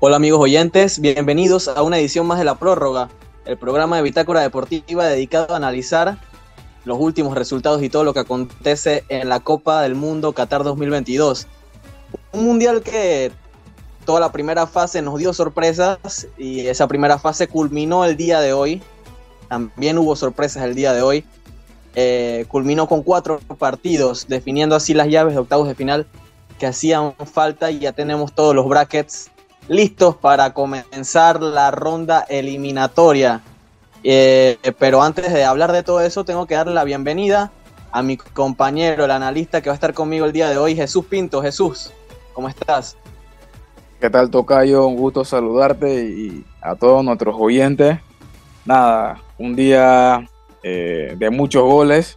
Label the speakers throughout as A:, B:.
A: Hola amigos oyentes, bienvenidos a una edición más de La Prórroga, el programa de Bitácora Deportiva dedicado a analizar los últimos resultados y todo lo que acontece en la Copa del Mundo Qatar 2022. Un mundial que toda la primera fase nos dio sorpresas y esa primera fase culminó el día de hoy. También hubo sorpresas el día de hoy. Culminó con 4 partidos, definiendo así las llaves de octavos de final que hacían falta, y ya tenemos todos los brackets listos para comenzar la ronda eliminatoria. Pero antes de hablar de todo eso, tengo que darle la bienvenida a mi compañero, el analista que va a estar conmigo el día de hoy, Jesús Pinto. Jesús, ¿cómo estás?
B: ¿Qué tal, tocayo? Un gusto saludarte y a todos nuestros oyentes. Nada, un día de muchos goles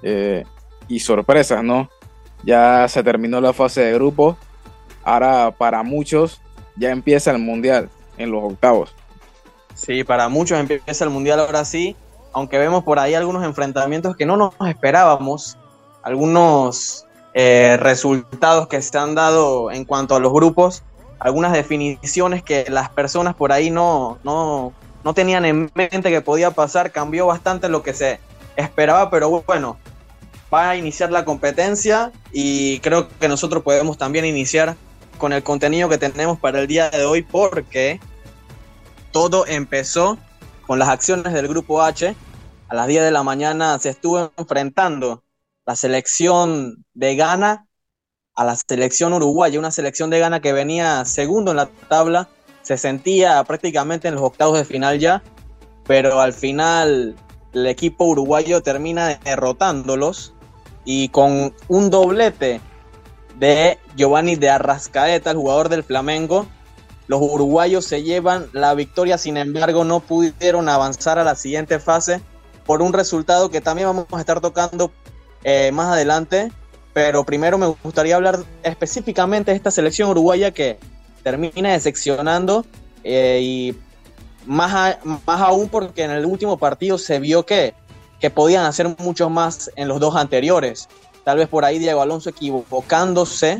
B: y sorpresas, ¿no? Ya se terminó la fase de grupos. Ahora para muchos ya empieza el mundial en los octavos.
A: Sí, para muchos empieza el mundial ahora sí, aunque vemos por ahí algunos enfrentamientos que no nos esperábamos, algunos resultados que se han dado en cuanto a los grupos, algunas definiciones que las personas por ahí no tenían en mente que podía pasar. Cambió bastante lo que se esperaba, pero bueno, va a iniciar la competencia y creo que nosotros podemos también iniciar con el contenido que tenemos para el día de hoy, porque todo empezó con las acciones del grupo H. A las 10 de la mañana se estuvo enfrentando la selección de Ghana a la selección uruguaya, una selección de Ghana que venía segundo en la tabla, se sentía prácticamente en los octavos de final ya, pero al final el equipo uruguayo termina derrotándolos, y con un doblete de Giovanni de Arrascaeta, el jugador del Flamengo, los uruguayos se llevan la victoria. Sin embargo, no pudieron avanzar a la siguiente fase por un resultado que también vamos a estar tocando más adelante. Pero primero me gustaría hablar específicamente de esta selección uruguaya que termina decepcionando, y más aún porque en el último partido se vio que podían hacer mucho más en los dos anteriores. Tal vez por ahí Diego Alonso equivocándose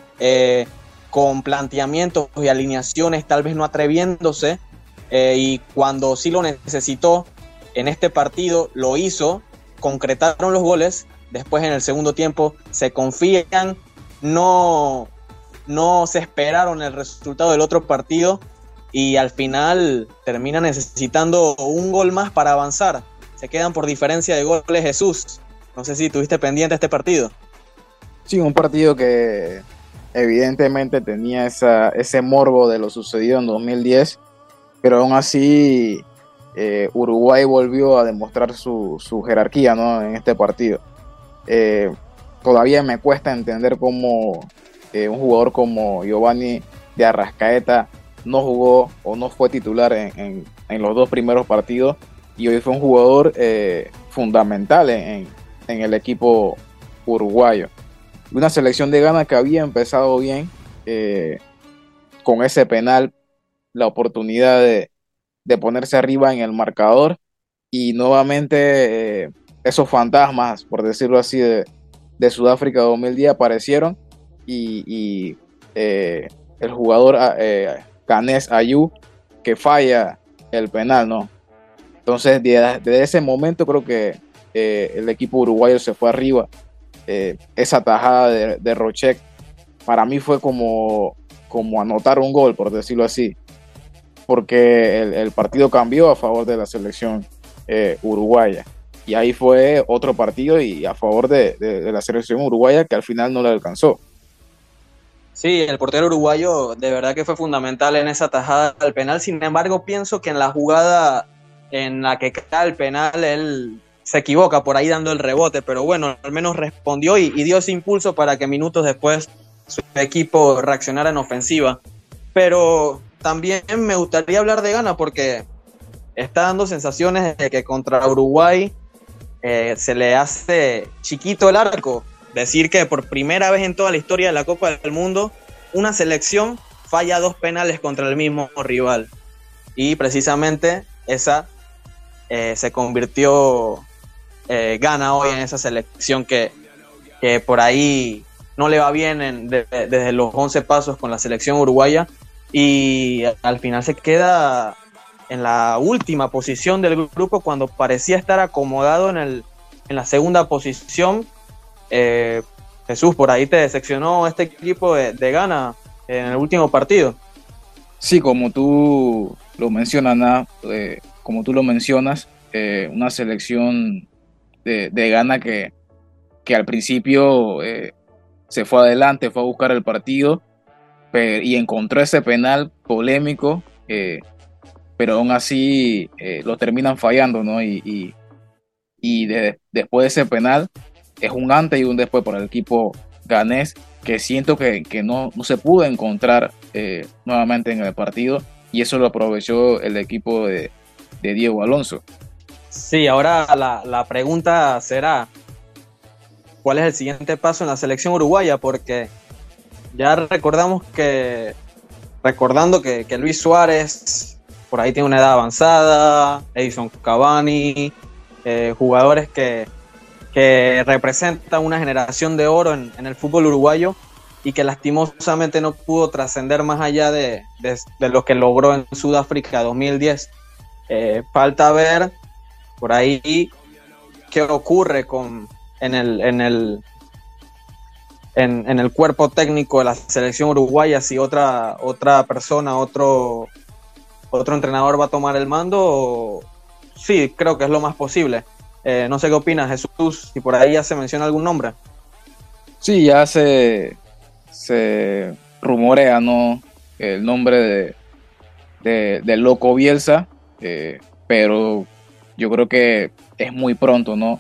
A: con planteamientos y alineaciones, tal vez no atreviéndose, y cuando sí lo necesitó en este partido lo hizo, concretaron los goles. Después en el segundo tiempo se confían, no se esperaron el resultado del otro partido y al final termina necesitando un gol más para avanzar. Se quedan por diferencia de goles. Jesús, no sé si tuviste pendiente este partido.
B: Sí, un partido que evidentemente tenía ese morbo de lo sucedido en 2010, pero aún así Uruguay volvió a demostrar su jerarquía, ¿no? En este partido. Todavía me cuesta entender cómo un jugador como Giovanni de Arrascaeta no jugó o no fue titular en los 2 primeros partidos, y hoy fue un jugador fundamental en el equipo uruguayo. Una selección de Ghana que había empezado bien con ese penal, la oportunidad de ponerse arriba en el marcador, y nuevamente esos fantasmas, por decirlo así, de Sudáfrica 2010 aparecieron, y el jugador Canes Ayew que falla el penal, ¿no? Entonces desde ese momento creo que el equipo uruguayo se fue arriba. Esa tajada de Rochet para mí fue como anotar un gol, por decirlo así, porque el partido cambió a favor de la selección uruguaya, y ahí fue otro partido y a favor de la selección uruguaya, que al final no le alcanzó.
A: Sí, el portero uruguayo de verdad que fue fundamental en esa tajada al penal. Sin embargo, pienso que en la jugada en la que cae el penal él se equivoca por ahí dando el rebote, pero bueno, al menos respondió y dio ese impulso para que minutos después su equipo reaccionara en ofensiva. Pero también me gustaría hablar de Ghana, porque está dando sensaciones de que contra Uruguay se le hace chiquito el arco. Decir que por primera vez en toda la historia de la Copa del Mundo una selección falla 2 penales contra el mismo rival, y precisamente esa se convirtió Ghana hoy en esa selección que por ahí no le va bien desde los 11 pasos con la selección uruguaya, y al final se queda en la última posición del grupo cuando parecía estar acomodado en la segunda posición. Jesús, por ahí te decepcionó este equipo de Ghana en el último partido.
B: Sí, como tú lo mencionas, una selección de Ghana que al principio se fue adelante, fue a buscar el partido y encontró ese penal polémico, pero aún así lo terminan fallando, ¿no? Después de ese penal es un antes y un después para el equipo ganés, que siento que no se pudo encontrar nuevamente en el partido, y eso lo aprovechó el equipo de Diego Alonso.
A: Sí, ahora la pregunta será, ¿cuál es el siguiente paso en la selección uruguaya? Porque ya recordando que Luis Suárez por ahí tiene una edad avanzada, Edison Cavani, jugadores que representan una generación de oro en el fútbol uruguayo y que lastimosamente no pudo trascender más allá de lo que logró en Sudáfrica 2010. Falta ver por ahí qué ocurre en el cuerpo técnico de la selección uruguaya, si otra persona, otro entrenador va a tomar el mando. Sí, creo que es lo más posible. No sé qué opinas, Jesús, si por ahí ya se menciona algún nombre.
B: Sí, ya se rumorea, ¿no?, el nombre del Loco Bielsa, pero yo creo que es muy pronto, ¿no?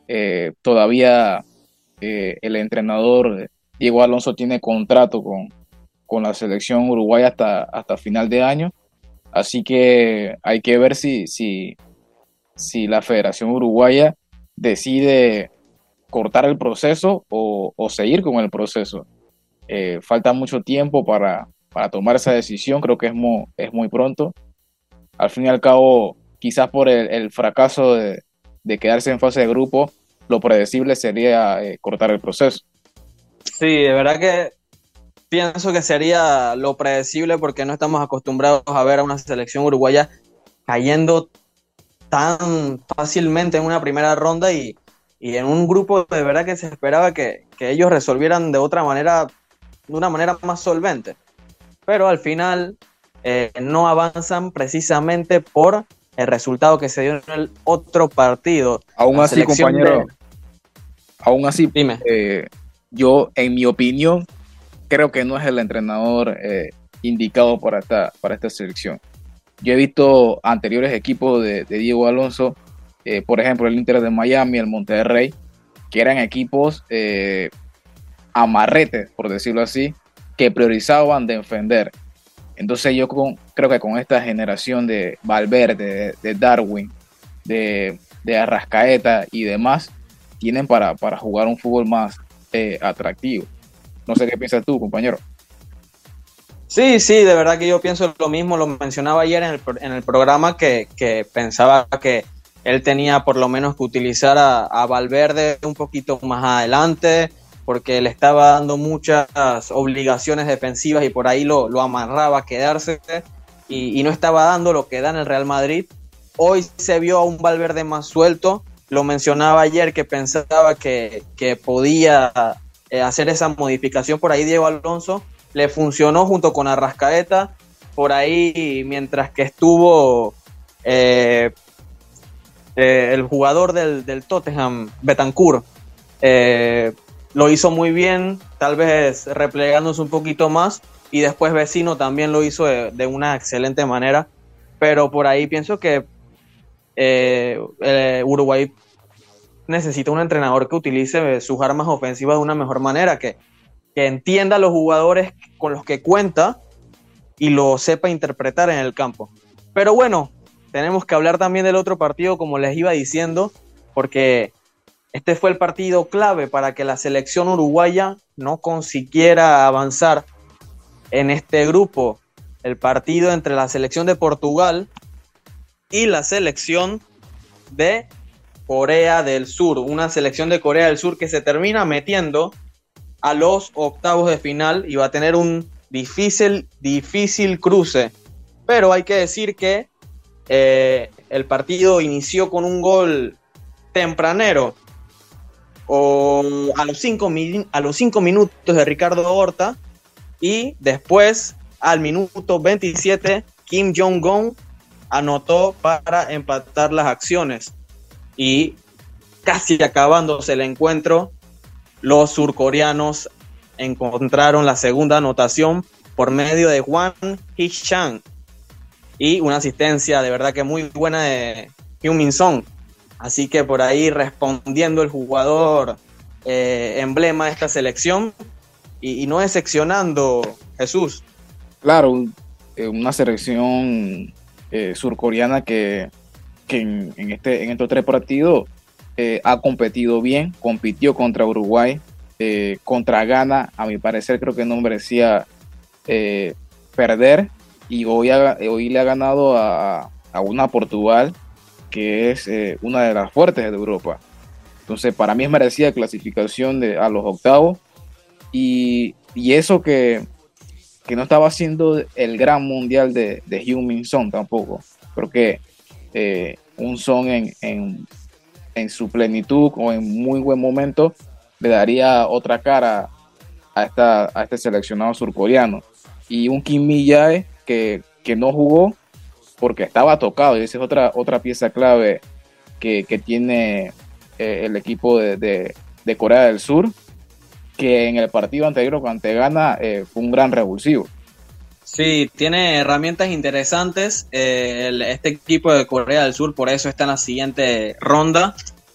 B: Todavía el entrenador Diego Alonso tiene contrato con la selección uruguaya hasta final de año, así que hay que ver si la Federación Uruguaya decide cortar el proceso o seguir con el proceso. Falta mucho tiempo para tomar esa decisión, creo que es muy pronto. Al fin y al cabo, quizás por el fracaso de quedarse en fase de grupo, lo predecible sería cortar el proceso.
A: Sí, de verdad que pienso que sería lo predecible porque no estamos acostumbrados a ver a una selección uruguaya cayendo tan fácilmente en una primera ronda y en un grupo de verdad que se esperaba que ellos resolvieran de una manera más solvente. Pero al final no avanzan precisamente por el resultado que se dio en el otro partido.
B: Aún así, compañero,
A: dime.
B: Yo, en mi opinión, creo que no es el entrenador indicado para esta selección. Yo he visto anteriores equipos de Diego Alonso, por ejemplo, el Inter de Miami, el Monterrey, que eran equipos amarretes, por decirlo así, que priorizaban defender. Entonces yo creo que con esta generación de Valverde, de Darwin, de Arrascaeta y demás, tienen para jugar un fútbol más atractivo. No sé qué piensas tú, compañero.
A: Sí, de verdad que yo pienso lo mismo. Lo mencionaba ayer en el programa que pensaba que él tenía por lo menos que utilizar a Valverde un poquito más adelante, porque le estaba dando muchas obligaciones defensivas y por ahí lo amarraba a quedarse y no estaba dando lo que da en el Real Madrid. Hoy se vio a un Valverde más suelto. Lo mencionaba ayer que pensaba que podía hacer esa modificación por ahí Diego Alonso. Le funcionó junto con Arrascaeta. Por ahí, mientras que estuvo el jugador del Tottenham, Bentancur, lo hizo muy bien, tal vez replegándose un poquito más, y después Vecino también lo hizo de una excelente manera, pero por ahí pienso que Uruguay necesita un entrenador que utilice sus armas ofensivas de una mejor manera, que entienda a los jugadores con los que cuenta y lo sepa interpretar en el campo. Pero bueno, tenemos que hablar también del otro partido, como les iba diciendo, porque este fue el partido clave para que la selección uruguaya no consiguiera avanzar en este grupo. El partido entre la selección de Portugal y la selección de Corea del Sur. Una selección de Corea del Sur que se termina metiendo a los octavos de final y va a tener un difícil cruce, pero hay que decir que el partido inició con un gol tempranero o a los 5 minutos de Ricardo Horta, y después al minuto 27 Kim Jong-un anotó para empatar las acciones, y casi acabándose el encuentro, los surcoreanos encontraron la segunda anotación por medio de Hwang Hee-chan y una asistencia de verdad que muy buena de Heung-min Son. Así que por ahí respondiendo el jugador emblema de esta selección, y no decepcionando, Jesús.
B: Claro, una selección surcoreana que en estos 3 partidos ha competido bien, compitió contra Uruguay, contra Ghana, a mi parecer creo que no merecía perder, y hoy le ha ganado a una Portugal que es una de las fuertes de Europa. Entonces para mí es merecida clasificación a los octavos, y eso que no estaba haciendo el gran mundial de Heung-min Son tampoco. Creo que un Son en su plenitud o en muy buen momento le daría otra cara a este seleccionado surcoreano. Y un Kim Mi-jae que no jugó porque estaba tocado, y esa es otra pieza clave que tiene el equipo de Corea del Sur, que en el partido anterior ante Ghana fue un gran revulsivo.
A: Sí, tiene herramientas interesantes este equipo de Corea del Sur, por eso está en la siguiente ronda.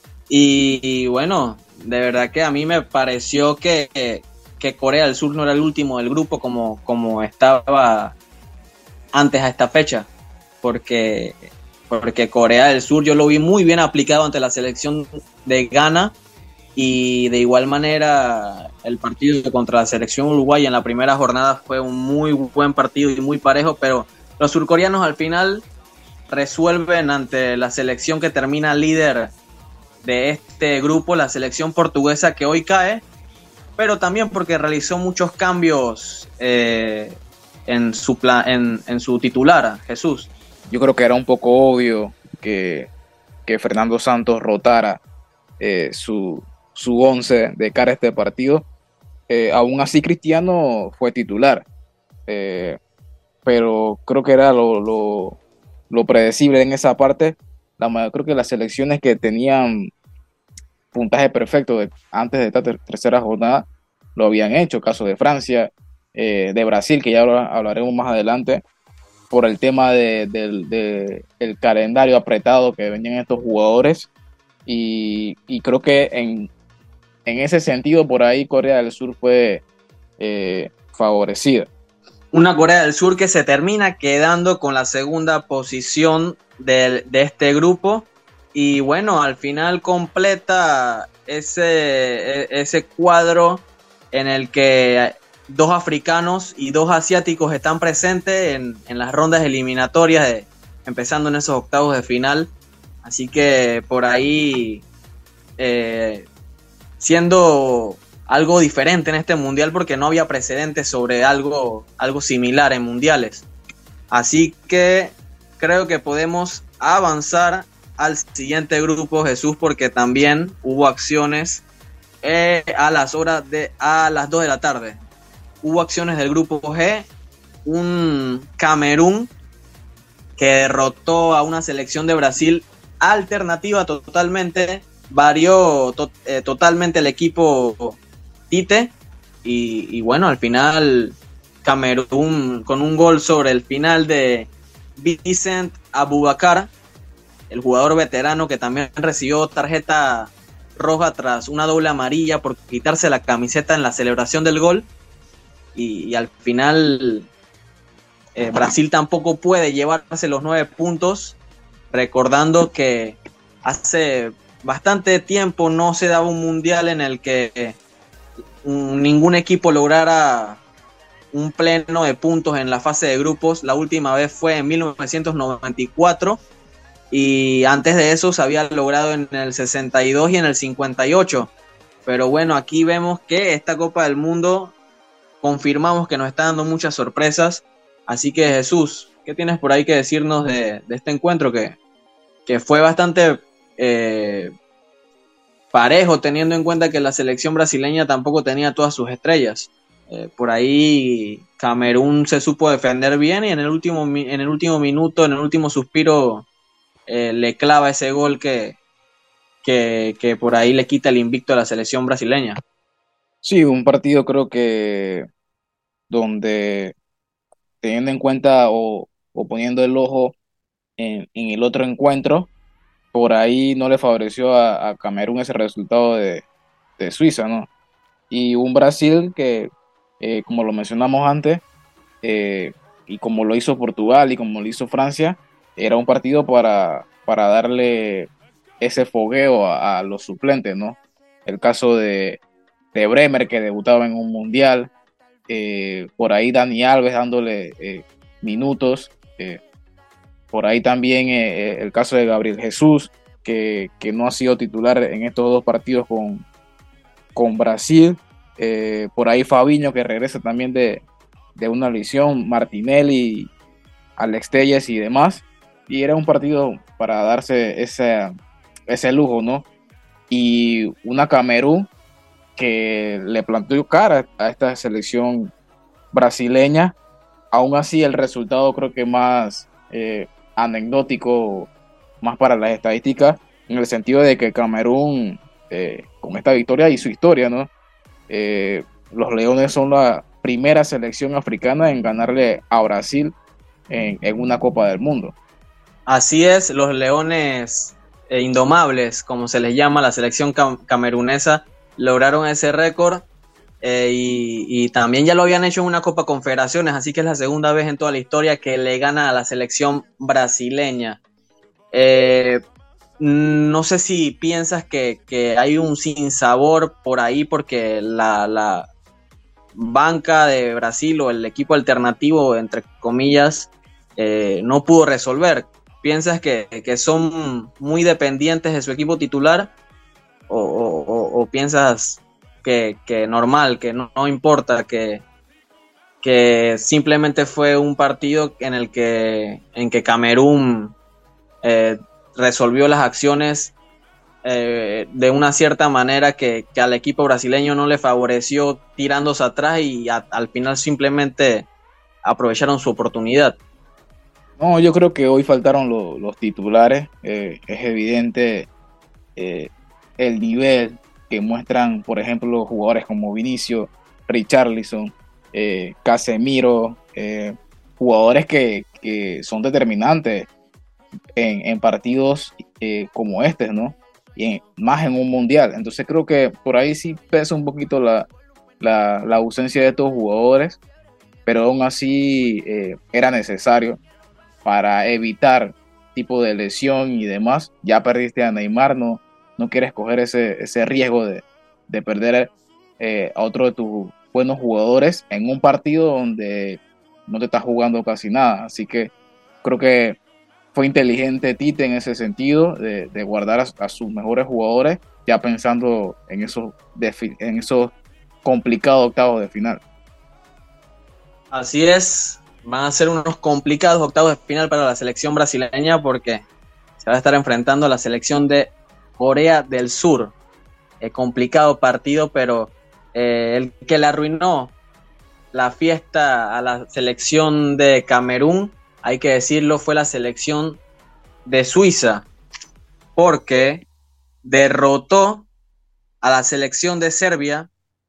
A: Y bueno, de verdad que a mí me pareció que Corea del Sur no era el último del grupo como estaba antes a esta fecha, porque Corea del Sur yo lo vi muy bien aplicado ante la selección de Ghana, y de igual manera el partido contra la selección uruguaya en la primera jornada fue un muy buen partido y muy parejo, pero los surcoreanos al final resuelven ante la selección que termina líder de este grupo, la selección portuguesa, que hoy cae, pero también porque realizó muchos cambios en su titular, Jesús.
B: Yo creo que era un poco obvio que Fernando Santos rotara su 11 de cara a este partido. Aún así Cristiano fue titular, pero creo que era lo predecible en esa parte. Creo que las selecciones que tenían puntaje perfecto antes de esta tercera jornada lo habían hecho, caso de Francia, de Brasil, que ya hablaremos más adelante, por el tema del calendario apretado que venían estos jugadores, y creo que en ese sentido por ahí Corea del Sur fue favorecida.
A: Una Corea del Sur que se termina quedando con la segunda posición de este grupo, y bueno, al final completa ese cuadro en el que 2 africanos y 2 asiáticos están presentes en las rondas eliminatorias, empezando en esos octavos de final. Así que por ahí siendo algo diferente en este mundial, porque no había precedentes sobre algo similar en mundiales. Así que creo que podemos avanzar al siguiente grupo, Jesús, porque también hubo acciones a las 2 de la tarde. Hubo acciones del grupo G, un Camerún que derrotó a una selección de Brasil alternativa totalmente, varió totalmente el equipo Tite, y bueno, al final Camerún con un gol sobre el final de Vicent Aboubakar, el jugador veterano que también recibió tarjeta roja tras una doble amarilla por quitarse la camiseta en la celebración del gol, y al final Brasil tampoco puede llevarse los 9 puntos, recordando que hace bastante tiempo no se daba un mundial en el que ningún equipo lograra un pleno de puntos en la fase de grupos. La última vez fue en 1994, y antes de eso se había logrado en el 62 y en el 58. Pero bueno, aquí vemos que esta Copa del Mundo confirmamos que nos está dando muchas sorpresas. Así que Jesús, ¿qué tienes por ahí que decirnos de este encuentro que fue bastante parejo, teniendo en cuenta que la selección brasileña tampoco tenía todas sus estrellas? Por ahí Camerún se supo defender bien y en el último minuto, en el último suspiro, le clava ese gol que por ahí le quita el invicto a la selección brasileña.
B: Sí, un partido creo que donde teniendo en cuenta o poniendo el ojo en el otro encuentro, por ahí no le favoreció a Camerún ese resultado de Suiza, ¿no? Y un Brasil que, como lo mencionamos antes, y como lo hizo Portugal y como lo hizo Francia, era un partido para darle ese fogueo a los suplentes, ¿no? El caso de Bremer, que debutaba en un mundial, por ahí Dani Alves dándole minutos, por ahí también el caso de Gabriel Jesús, que no ha sido titular en estos dos partidos con Brasil, por ahí Fabinho, que regresa también de una lesión, Martinelli, Alex Telles y demás, y era un partido para darse ese lujo, ¿no? Y una Camerún que le planteó cara a esta selección brasileña. Aún así, el resultado creo que más anecdótico, más para las estadísticas, en el sentido de que Camerún, con esta victoria hizo historia, ¿no? Los Leones son la primera selección africana en ganarle a Brasil en una Copa del Mundo.
A: Así es, los Leones Indomables, como se les llama, la selección camerunesa, lograron ese récord, y también ya lo habían hecho en una Copa Confederaciones, así que es la segunda vez en toda la historia que le gana a la selección brasileña. No sé si piensas que hay un sinsabor por ahí porque la banca de Brasil o el equipo alternativo, entre comillas, no pudo resolver. ¿Piensas que son muy dependientes de su equipo titular o piensas que normal, que no importa, que simplemente fue un partido en que Camerún resolvió las acciones de una cierta manera que al equipo brasileño no le favoreció, tirándose atrás y al final simplemente aprovecharon su oportunidad?
B: No, yo creo que hoy faltaron los titulares. Es evidente el nivel que muestran, por ejemplo, jugadores como Vinicio, Richarlison, Casemiro, jugadores que son determinantes en partidos como este, ¿no? Y más en un mundial. Entonces creo que por ahí sí pesa un poquito la ausencia de estos jugadores, pero aún así era necesario para evitar tipo de lesión y demás. Ya perdiste a Neymar, no quieres coger ese riesgo de perder a otro de tus buenos jugadores en un partido donde no te estás jugando casi nada. Así que creo que fue inteligente Tite en ese sentido de guardar a sus mejores jugadores, ya pensando en esos complicados octavos de final.
A: Así es, van a ser unos complicados octavos de final para la selección brasileña porque se va a estar enfrentando a la selección de Corea del Sur. Complicado partido, pero el que le arruinó la fiesta a la selección de Camerún, hay que decirlo, fue la selección de Suiza, porque derrotó a la selección de Serbia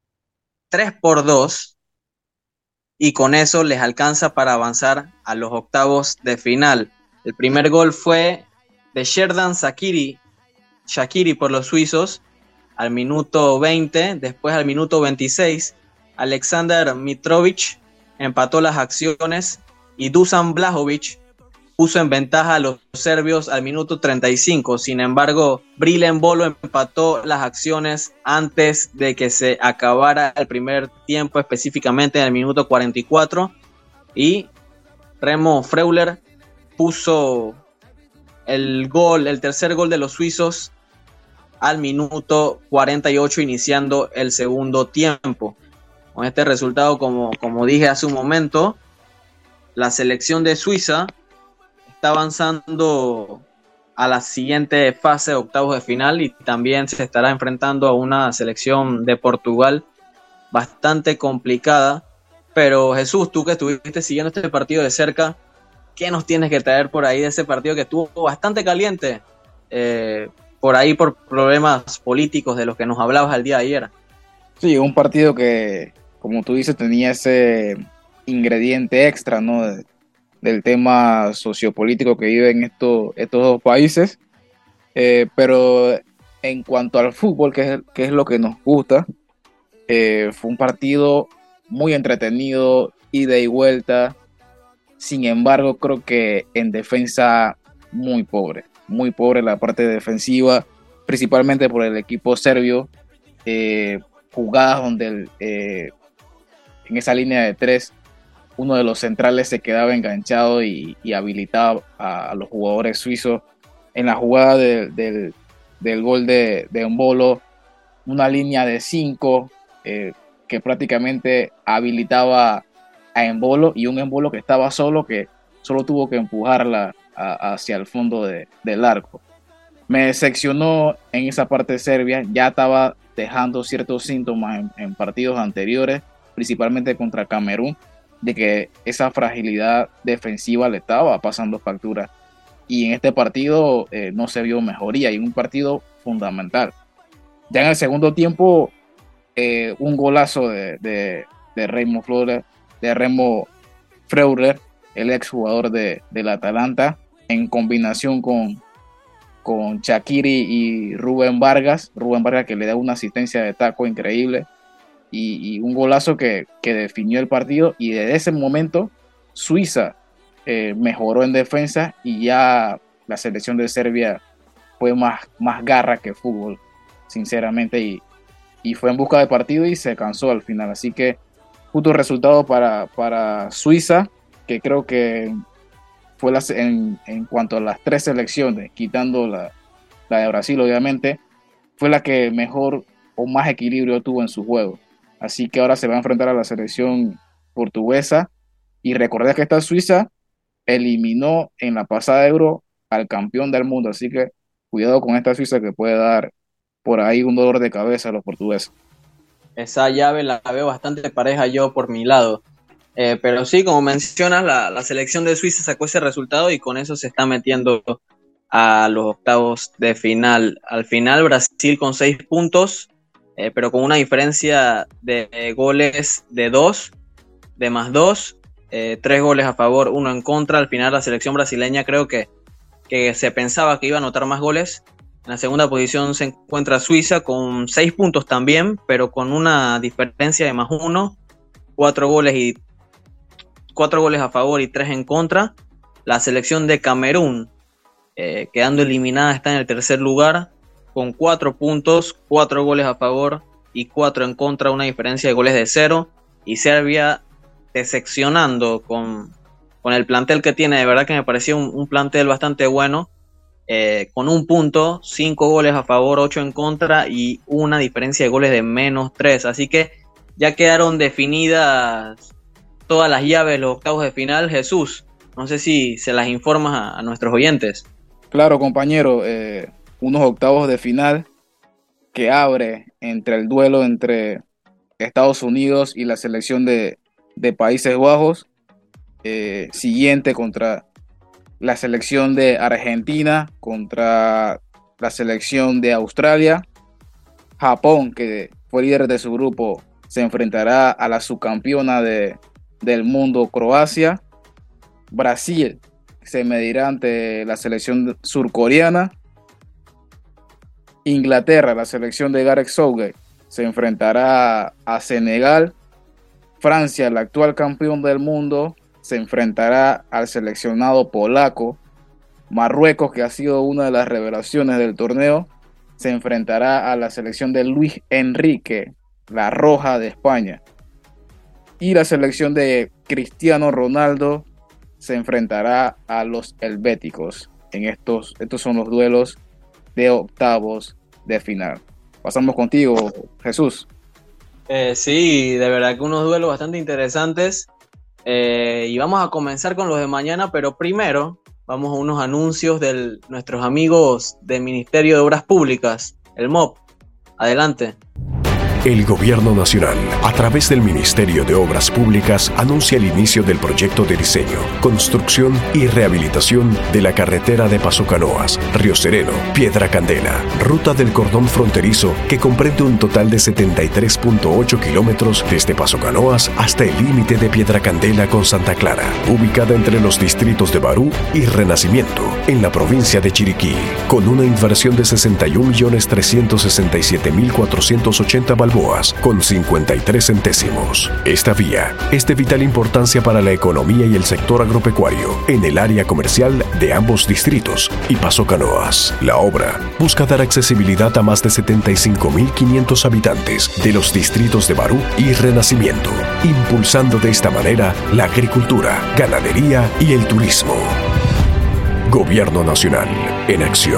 A: 3-2 y con eso les alcanza para avanzar a los octavos de final. El primer gol fue de Xherdan Shaqiri por los suizos al minuto 20, después al minuto 26, Aleksandar Mitrovic empató las acciones y Dusan Blažević puso en ventaja a los serbios al minuto 35. Sin embargo, Bril Embolo empató las acciones antes de que se acabara el primer tiempo, específicamente en el minuto 44, y Remo Freuler puso el tercer gol de los suizos al minuto 48, iniciando el segundo tiempo. Con este resultado, como dije hace un momento, la selección de Suiza está avanzando a la siguiente fase de octavos de final y también se estará enfrentando a una selección de Portugal bastante complicada. Pero Jesús, tú que estuviste siguiendo este partido de cerca, ¿qué nos tienes que traer por ahí de ese partido que estuvo bastante caliente? Por ahí por problemas políticos de los que nos hablabas el día de ayer.
B: Sí, un partido que, como tú dices, tenía ese ingrediente extra, ¿no? Del tema sociopolítico que viven estos dos países. Pero en cuanto al fútbol, que es lo que nos gusta, fue un partido muy entretenido, ida y vuelta. Sin embargo, creo que en defensa muy pobre la parte defensiva, principalmente por el equipo serbio. Jugadas donde en esa línea de tres uno de los centrales se quedaba enganchado y habilitaba a los jugadores suizos. En la jugada del gol de Embolo, una línea de 5 que prácticamente habilitaba a Embolo, y un Embolo que estaba solo, que solo tuvo que empujarla hacia el fondo del arco. Me decepcionó en esa parte Serbia, ya estaba dejando ciertos síntomas en partidos anteriores, principalmente contra Camerún, de que esa fragilidad defensiva le estaba pasando factura. Y en este partido no se vio mejoría, y en un partido fundamental. Ya en el segundo tiempo, un golazo de Remo Flores, de Remo Freuler, el exjugador del Atalanta, en combinación con Shaqiri y Rubén Vargas que le da una asistencia de taco increíble, y un golazo que definió el partido. Y desde ese momento Suiza mejoró en defensa, y ya la selección de Serbia fue más garra que fútbol, sinceramente, y fue en busca de partido y se cansó al final. Así que justo resultado para Suiza, que creo que fue en cuanto a las tres selecciones, quitando la de Brasil obviamente, fue la que mejor o más equilibrio tuvo en su juego. Así que ahora se va a enfrentar a la selección portuguesa, y recordad que esta Suiza eliminó en la pasada Euro al campeón del mundo, así que cuidado con esta Suiza, que puede dar por ahí un dolor de cabeza a los portugueses.
A: Esa llave la veo bastante pareja yo por mi lado. Pero sí, como mencionas, la selección de Suiza sacó ese resultado y con eso se está metiendo a los octavos de final. Al final Brasil con 6 puntos, pero con una diferencia de goles de 2, de más 2, 3 goles a favor, 1 en contra. Al final la selección brasileña creo que se pensaba que iba a anotar más goles. En la segunda posición se encuentra Suiza con 6 puntos también, pero con una diferencia de más 1, 4 goles a favor y 3 en contra. La selección de Camerún, quedando eliminada, está en el tercer lugar con 4 puntos, 4 goles a favor y 4 en contra, una diferencia de goles de 0. Y Serbia decepcionando con el plantel que tiene. De verdad que me pareció un plantel bastante bueno, con 1 punto, 5 goles a favor, 8 en contra y una diferencia de goles de menos 3. Así que ya quedaron definidas todas las llaves de los octavos de final. Jesús, no sé si se las informas a nuestros oyentes.
B: Claro, compañero, unos octavos de final que abre entre el duelo entre Estados Unidos y la selección de Países Bajos, siguiente contra la selección de Argentina, contra la selección de Australia. Japón, que fue líder de su grupo, se enfrentará a la subcampeona del mundo, Croacia. Brasil se medirá ante la selección surcoreana. Inglaterra, la selección de Gareth Southgate, se enfrentará a Senegal. Francia, el actual campeón del mundo, se enfrentará al seleccionado polaco. Marruecos, que ha sido una de las revelaciones del torneo, se enfrentará a la selección de Luis Enrique, la Roja de España. Y la selección de Cristiano Ronaldo se enfrentará a los helvéticos. Estos son los duelos de octavos de final. Pasamos contigo, Jesús.
A: Sí, de verdad que unos duelos bastante interesantes. Y vamos a comenzar con los de mañana, pero primero vamos a unos anuncios de nuestros amigos del Ministerio de Obras Públicas, el MOP. Adelante.
C: El Gobierno Nacional, a través del Ministerio de Obras Públicas, anuncia el inicio del proyecto de diseño, construcción y rehabilitación de la carretera de Paso Canoas, Río Sereno, Piedra Candela, ruta del cordón fronterizo que comprende un total de 73.8 kilómetros desde Paso Canoas hasta el límite de Piedra Candela con Santa Clara, ubicada entre los distritos de Barú y Renacimiento, en la provincia de Chiriquí, con una inversión de 61.367.480 balboas con 53 centésimos. Esta vía es de vital importancia para la economía y el sector agropecuario en el área comercial de ambos distritos y Paso Canoas. La obra busca dar accesibilidad a más de 75.500 habitantes de los distritos de Barú y Renacimiento, impulsando de esta manera la agricultura, ganadería y el turismo. Gobierno Nacional en acción.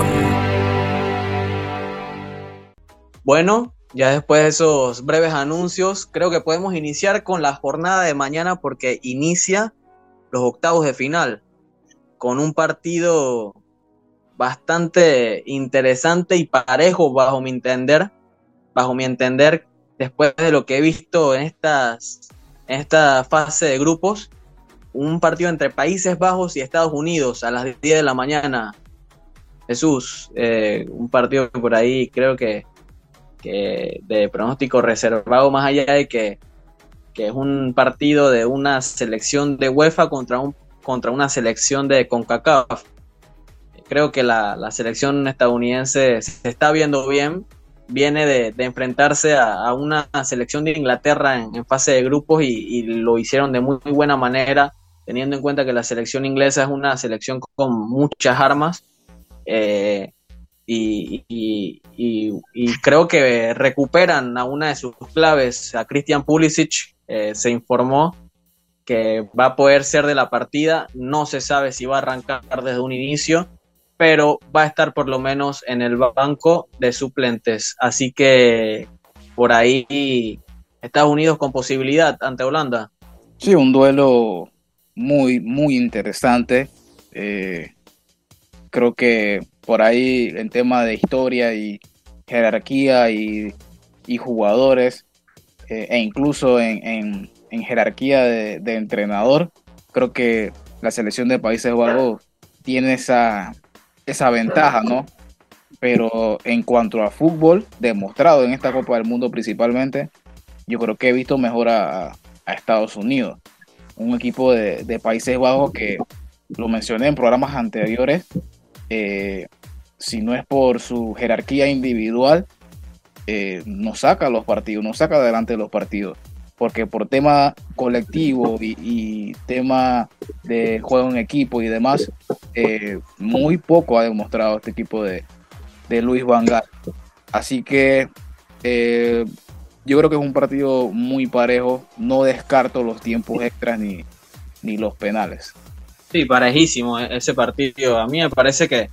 A: Bueno, ya después de esos breves anuncios, creo que podemos iniciar con la jornada de mañana porque inicia los octavos de final con un partido bastante interesante y parejo bajo mi entender, después de lo que he visto en esta fase de grupos, un partido entre Países Bajos y Estados Unidos a las 10 de la mañana. Jesús, un partido por ahí creo que de pronóstico reservado, más allá de que es un partido de una selección de UEFA contra una selección de CONCACAF. Creo que la selección estadounidense se está viendo bien, viene de enfrentarse a una selección de Inglaterra en fase de grupos y lo hicieron de muy, muy buena manera, teniendo en cuenta que la selección inglesa es una selección con muchas armas. Y creo que recuperan a una de sus claves, a Christian Pulisic. Se informó que va a poder ser de la partida, no se sabe si va a arrancar desde un inicio, pero va a estar por lo menos en el banco de suplentes, así que por ahí Estados Unidos con posibilidad ante Holanda.
B: Sí, un duelo muy, muy interesante. Creo que por ahí en tema de historia y jerarquía y jugadores, e incluso en jerarquía de entrenador, creo que la selección de Países Bajos tiene esa ventaja, ¿no? Pero en cuanto a fútbol, demostrado en esta Copa del Mundo principalmente, yo creo que he visto mejor a Estados Unidos. Un equipo de Países Bajos que lo mencioné en programas anteriores, si no es por su jerarquía individual, no saca los partidos, no saca adelante los partidos, porque por tema colectivo y tema de juego en equipo y demás, muy poco ha demostrado este equipo de Luis Van Gaal. Así que yo creo que es un partido muy parejo, no descarto los tiempos extras ni los penales.
A: Sí, parejísimo ese partido. A mí me parece que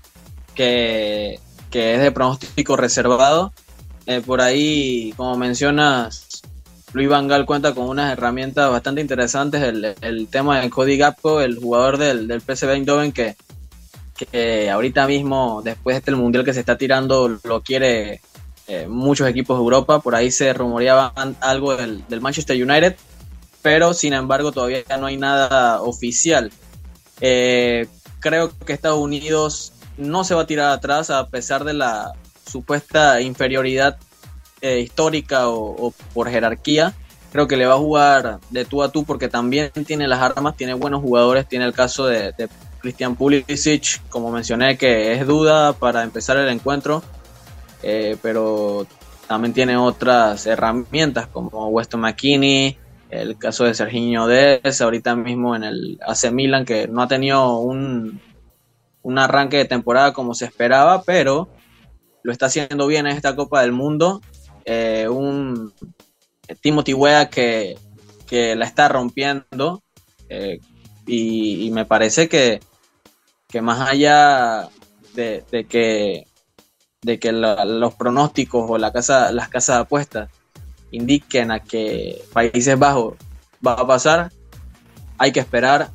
A: es de pronóstico reservado. Por ahí, como mencionas, Luis Van Gaal cuenta con unas herramientas bastante interesantes. El tema de Cody Gakpo, el jugador del PSV Eindhoven, que ahorita mismo, después de este mundial que se está tirando, lo quiere muchos equipos de Europa. Por ahí se rumoreaba algo del Manchester United, pero sin embargo todavía no hay nada oficial. Creo que Estados Unidos no se va a tirar atrás a pesar de la supuesta inferioridad histórica o por jerarquía. Creo que le va a jugar de tú a tú porque también tiene las armas, tiene buenos jugadores. Tiene el caso de Christian Pulisic, como mencioné, que es duda para empezar el encuentro, pero también tiene otras herramientas como Weston McKennie, el caso de Serginho Dest, ahorita mismo en el AC Milan, que no ha tenido un arranque de temporada como se esperaba, pero lo está haciendo bien en esta Copa del Mundo. Un Timothy Weah que la está rompiendo, y me parece que más allá de que los pronósticos o las casas de apuestas indiquen a que Países Bajos va a pasar, hay que esperar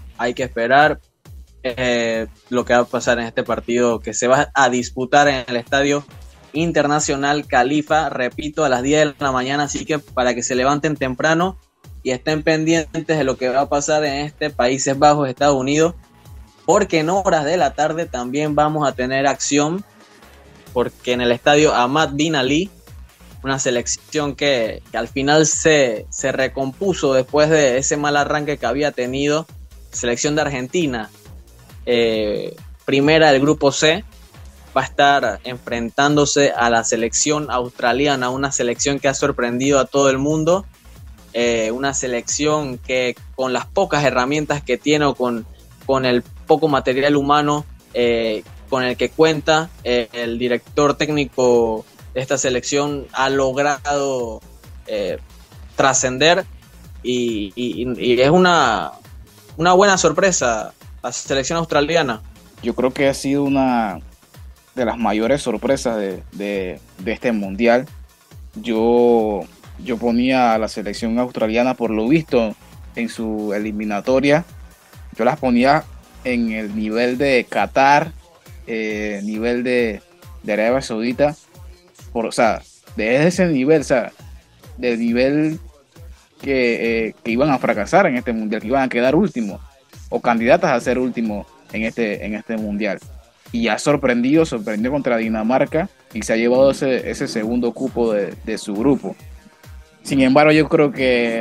A: lo que va a pasar en este partido que se va a disputar en el Estadio Internacional Khalifa, repito, a las 10 de la mañana, así que para que se levanten temprano y estén pendientes de lo que va a pasar en este Países Bajos, Estados Unidos, porque en horas de la tarde también vamos a tener acción, porque en el estadio Ahmad Bin Ali, una selección que al final se recompuso después de ese mal arranque que había tenido, selección de Argentina, primera del grupo C, va a estar enfrentándose a la selección australiana, una selección que ha sorprendido a todo el mundo, una selección que con las pocas herramientas que tiene o con el poco material humano con el que cuenta, el director técnico de esta selección ha logrado trascender y es una buena sorpresa la selección australiana.
B: Yo creo que ha sido una de las mayores sorpresas de este mundial. Yo ponía a la selección australiana, por lo visto en su eliminatoria, yo las ponía en el nivel de Qatar, nivel de Arabia Saudita, o sea, de ese nivel, o sea, del nivel que iban a fracasar en este mundial, que iban a quedar últimos o candidatas a ser últimos en este mundial. Y ha sorprendió contra Dinamarca y se ha llevado ese segundo cupo de su grupo. Sin embargo, yo creo que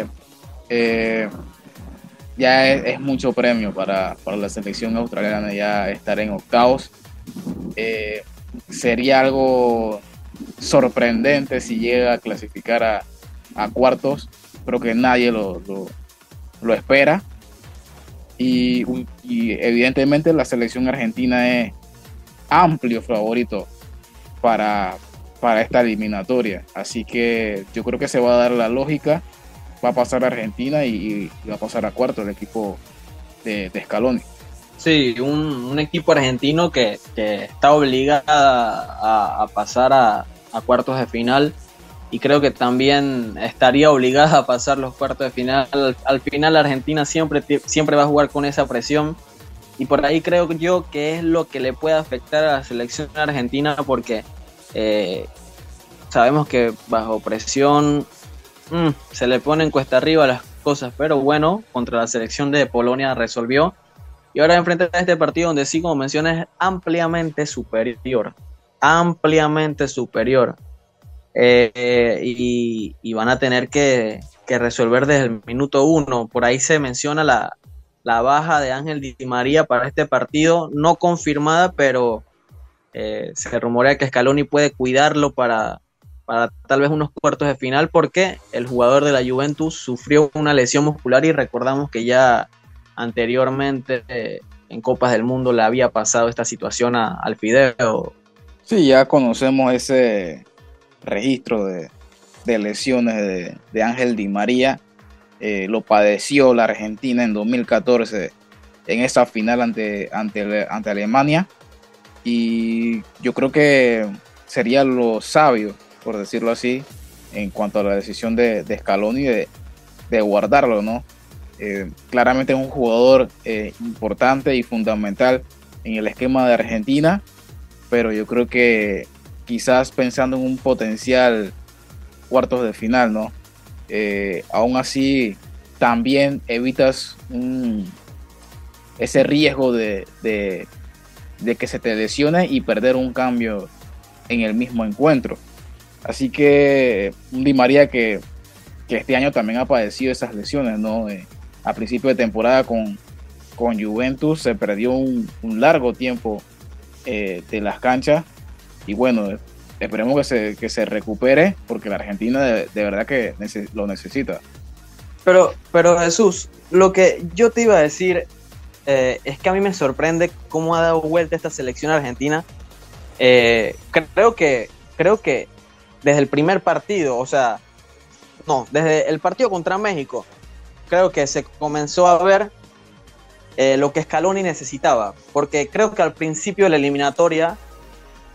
B: ya es mucho premio para la selección australiana ya estar en octavos. Sería algo sorprendente si llega a clasificar a cuartos. Creo que nadie lo espera. Y evidentemente la selección argentina es amplio favorito para esta eliminatoria. Así que yo creo que se va a dar la lógica. Va a pasar a Argentina y va a pasar a cuarto el equipo de Scaloni.
A: Sí, un equipo argentino que está obligada a pasar a cuartos de final, y creo que también estaría obligada a pasar los cuartos de final. Al final Argentina siempre va a jugar con esa presión, y por ahí creo yo que es lo que le puede afectar a la selección argentina, porque sabemos que bajo presión se le ponen cuesta arriba las cosas, pero bueno, contra la selección de Polonia resolvió, y ahora enfrenta a este partido donde sí, como mencionas, es ampliamente superior, y van a tener que resolver desde el minuto 1. Por ahí se menciona la baja de Ángel Di María para este partido, no confirmada, pero se rumorea que Scaloni puede cuidarlo para tal vez unos cuartos de final, porque el jugador de la Juventus sufrió una lesión muscular y recordamos que ya anteriormente en Copas del Mundo le había pasado esta situación al Fideo.
B: Sí, ya conocemos ese registro de lesiones de Ángel Di María. Lo padeció la Argentina en 2014 en esa final ante Alemania, y yo creo que sería lo sabio, por decirlo así, en cuanto a la decisión de Scaloni de guardarlo, ¿no? Claramente es un jugador importante y fundamental en el esquema de Argentina, pero yo creo que quizás pensando en un potencial cuartos de final, ¿no? Aún así también evitas ese riesgo de que se te lesione y perder un cambio en el mismo encuentro. Así que un Di María que este año también ha padecido esas lesiones, ¿no? A principio de temporada con Juventus se perdió un largo tiempo de las canchas, y bueno, esperemos que se recupere, porque la Argentina de verdad que lo necesita.
A: Pero Jesús, lo que yo te iba a decir es que a mí me sorprende cómo ha dado vuelta esta selección argentina. Creo que desde el primer partido, desde el partido contra México, creo que se comenzó a ver lo que Scaloni necesitaba, porque creo que al principio de la eliminatoria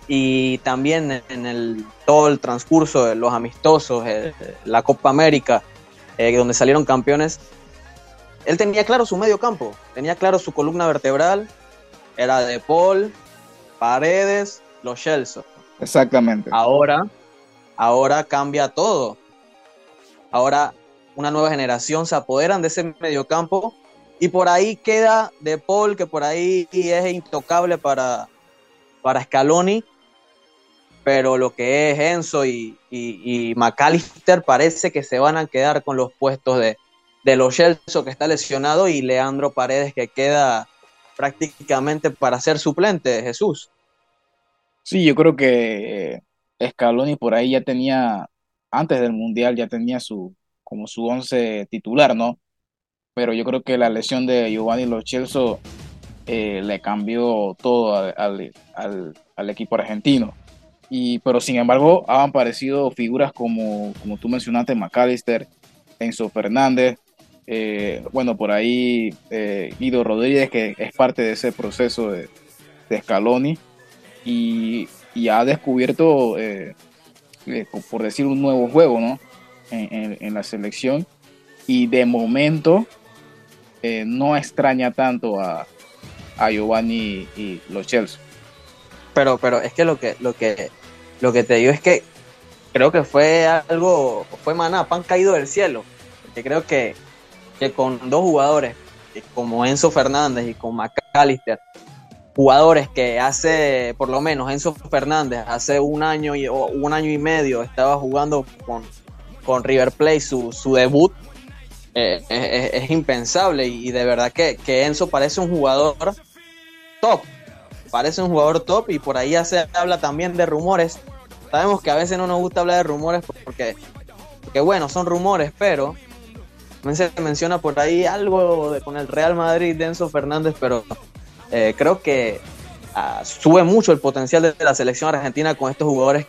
A: y también todo el transcurso de los amistosos, la Copa América, donde salieron campeones, él tenía claro su medio campo, tenía claro su columna vertebral, era De Paul, Paredes, Lo Celso.
B: Exactamente.
A: Ahora cambia todo. Ahora una nueva generación se apoderan de ese mediocampo y por ahí queda De Paul, que por ahí es intocable para Scaloni, pero lo que es Enzo y McAllister parece que se van a quedar con los puestos de Lo Celso, que está lesionado, y Leandro Paredes, que queda prácticamente para ser suplente de Jesús.
B: Sí, yo creo que Scaloni por ahí ya tenía, antes del Mundial, ya tenía como su once titular, ¿no? Pero yo creo que la lesión de Giovanni Lo Celso le cambió todo al equipo argentino. Pero sin embargo, han aparecido figuras como tú mencionaste, McAllister, Enzo Fernández, bueno, por ahí Guido Rodríguez, que es parte de ese proceso de Scaloni, y ha descubierto, por decir, un nuevo juego, ¿no? En la selección, y de momento no extraña tanto a Giovanni y Lo Celso.
A: Pero es que lo que te digo es que creo que fue maná, pan caído del cielo, porque creo que con dos jugadores como Enzo Fernández y con McAllister, jugadores que hace, por lo menos Enzo Fernández, hace un año y medio estaba jugando con River Plate su debut, es impensable, y de verdad que Enzo parece un jugador top, y por ahí ya se habla también de rumores. Sabemos que a veces no nos gusta hablar de rumores porque bueno, son rumores, pero se menciona por ahí algo con el Real Madrid de Enzo Fernández, pero creo que sube mucho el potencial de la selección argentina con estos jugadores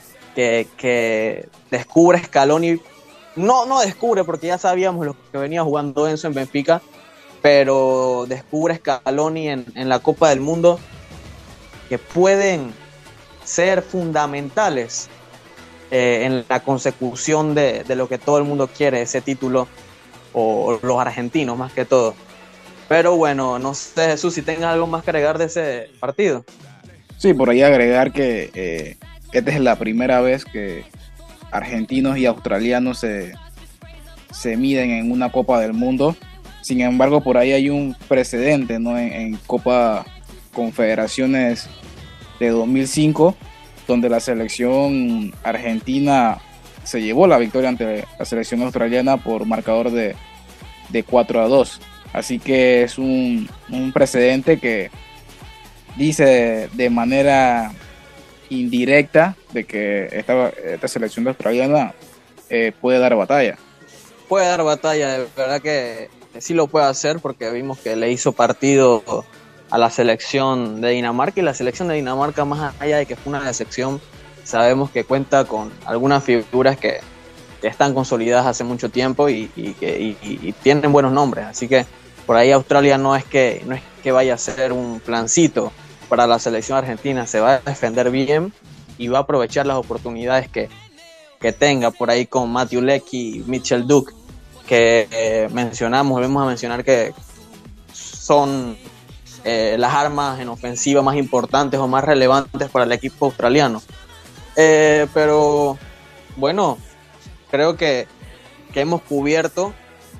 A: que descubre Scaloni. No descubre, porque ya sabíamos lo que venía jugando Enzo en Benfica, pero descubre Scaloni en la Copa del Mundo, que pueden ser fundamentales en la consecución de lo que todo el mundo quiere, ese título, o los argentinos más que todo. Pero bueno, no sé, Jesús, si tengas algo más que agregar de ese partido.
B: Sí, por ahí agregar que esta es la primera vez que argentinos y australianos se miden en una Copa del Mundo. Sin embargo, por ahí hay un precedente, ¿no? En Copa Confederaciones de 2005, donde la selección argentina se llevó la victoria ante la selección australiana por marcador de 4-2. Así que es un precedente que dice de manera indirecta de que esta selección australiana puede dar batalla.
A: Puede dar batalla, de verdad que sí lo puede hacer, porque vimos que le hizo partido a la selección de Dinamarca, y la selección de Dinamarca, más allá de que fue una decepción, sabemos que cuenta con algunas figuras que están consolidadas hace mucho tiempo y tienen buenos nombres, así que por ahí Australia no es que vaya a ser un plancito para la selección argentina, se va a defender bien y va a aprovechar las oportunidades que tenga por ahí con Matthew Leckie y Mitchell Duke, que volvemos a mencionar que son las armas en ofensiva más importantes o más relevantes para el equipo australiano. Pero bueno, creo que hemos cubierto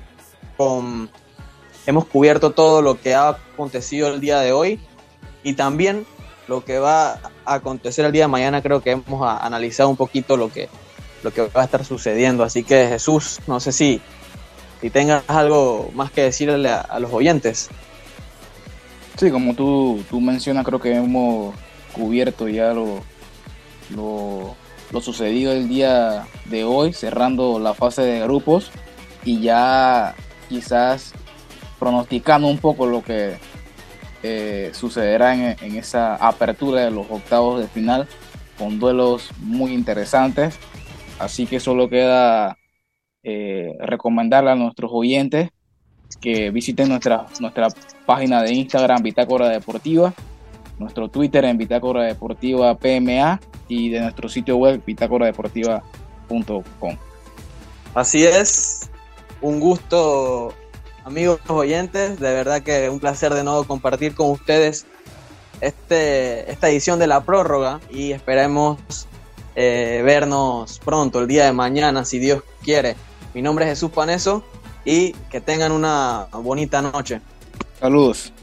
A: todo lo que ha acontecido el día de hoy, y también lo que va a acontecer el día de mañana. Creo que hemos analizado un poquito lo que va a estar sucediendo. Así que, Jesús, no sé si tengas algo más que decirle a los oyentes.
B: Sí, como tú mencionas, creo que hemos cubierto ya lo sucedido el día de hoy, cerrando la fase de grupos, y ya quizás pronosticando un poco lo que sucederá en esa apertura de los octavos de final, con duelos muy interesantes. Así que solo queda recomendarle a nuestros oyentes que visiten nuestra página de Instagram, Bitácora Deportiva, nuestro Twitter en Bitácora Deportiva PMA y de nuestro sitio web bitácoradeportiva.com.
A: Así es, un gusto, amigos oyentes, de verdad que un placer de nuevo compartir con ustedes esta edición de la prórroga y esperemos vernos pronto, el día de mañana, si Dios quiere. Mi nombre es Jesús Paneso y que tengan una bonita noche.
B: Saludos.